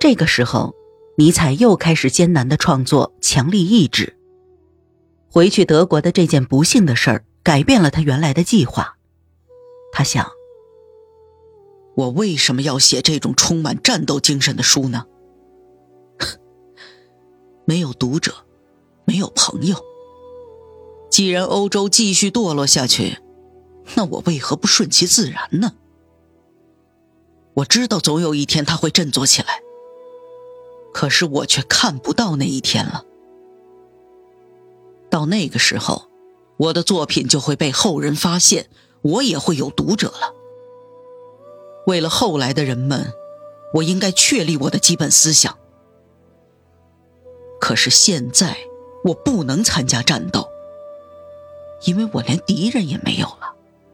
这个时候，尼采又开始艰难地创作《强力意志》。回去德国的这件不幸的事儿改变了他原来的计划。他想， 我为什么要写这种充满战斗精神的书呢？没有读者，没有朋友。既然欧洲继续堕落下去，那我为何不顺其自然呢？我知道总有一天它会振作起来，可是我却看不到那一天了。到那个时候，我的作品就会被后人发现，我也会有读者了。为了后来的人们，我应该确立我的基本思想。可是现在我不能参加战斗，因为我连敌人也没有了。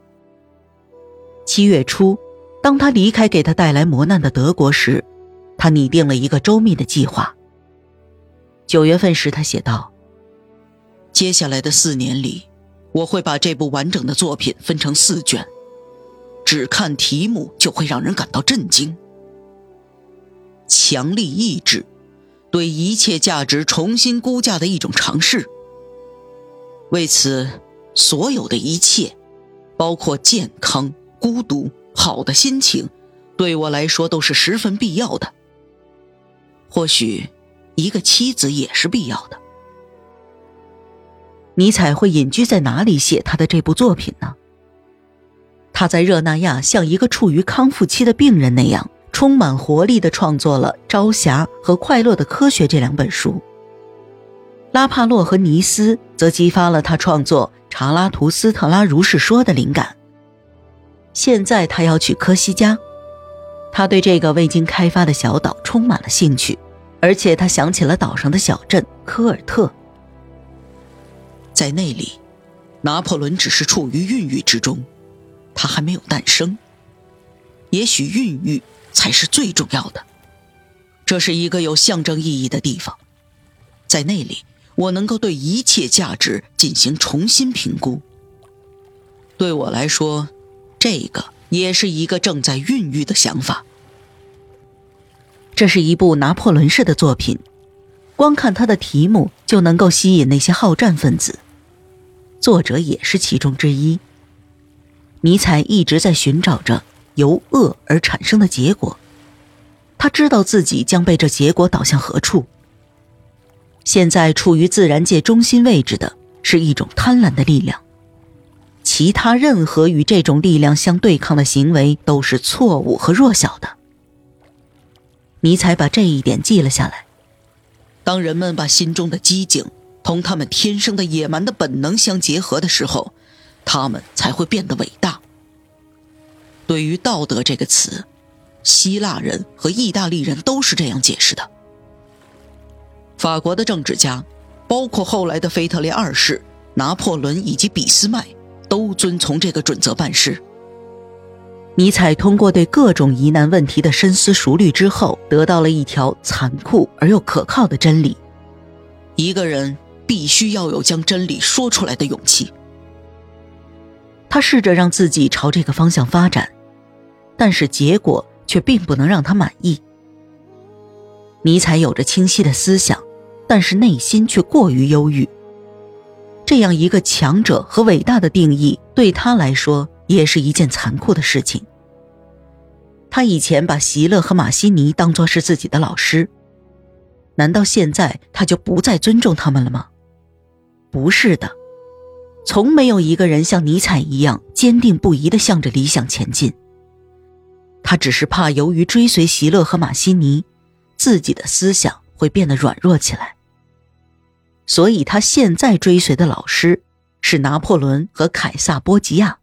7月初，当他离开给他带来磨难的德国时，他拟定了一个周密的计划。9月份时他写道， 接下来的4年里，我会把这部完整的作品分成4卷，只看题目就会让人感到震惊。强力意志，对一切价值重新估价的一种尝试。为此，所有的一切，包括健康、孤独、好的心情，对我来说都是十分必要的。或许，一个妻子也是必要的。 尼采会隐居在哪里写他的这部作品呢？他在热那亚像一个处于康复期的病人那样，充满活力地创作了《朝霞》和《快乐的科学》这2本书。拉帕洛和尼斯则激发了他创作《查拉图斯特拉如是说》的灵感。现在他要去科西嘉，他对这个未经开发的小岛充满了兴趣，而且他想起了岛上的小镇科尔特。 在那里，拿破仑只是处于孕育之中，他还没有诞生。也许孕育才是最重要的。这是一个有象征意义的地方，在那里，我能够对一切价值进行重新评估。对我来说，这个也是一个正在孕育的想法。 这是一部拿破仑式的作品，光看它的题目就能够吸引那些好战分子，作者也是其中之一。尼采一直在寻找着由恶而产生的结果，他知道自己将被这结果导向何处。现在处于自然界中心位置的是一种贪婪的力量，其他任何与这种力量相对抗的行为都是错误和弱小的。尼采把这一点记了下来。 当人们把心中的激情同他们天生的野蛮的本能相结合的时候，他们才会变得伟大。对于道德这个词，希腊人和意大利人都是这样解释的。法国的政治家，包括后来的腓特烈二世、拿破仑以及俾斯麦，都遵从这个准则办事。 尼采通过对各种疑难问题的深思熟虑之后，得到了一条残酷而又可靠的真理： 一个人必须要有将真理说出来的勇气。 他试着让自己朝这个方向发展，但是结果却并不能让他满意。尼采有着清晰的思想，但是内心却过于忧郁。这样一个强者和伟大的定义，对他来说也是一件残酷的事情。他以前把席勒和马西尼当作是自己的老师，难道现在他就不再尊重他们了吗？不是的，从没有一个人像尼采一样坚定不移地向着理想前进。他只是怕由于追随席勒和马西尼，自己的思想会变得软弱起来。所以他现在追随的老师是拿破仑和凯撒·波吉亚。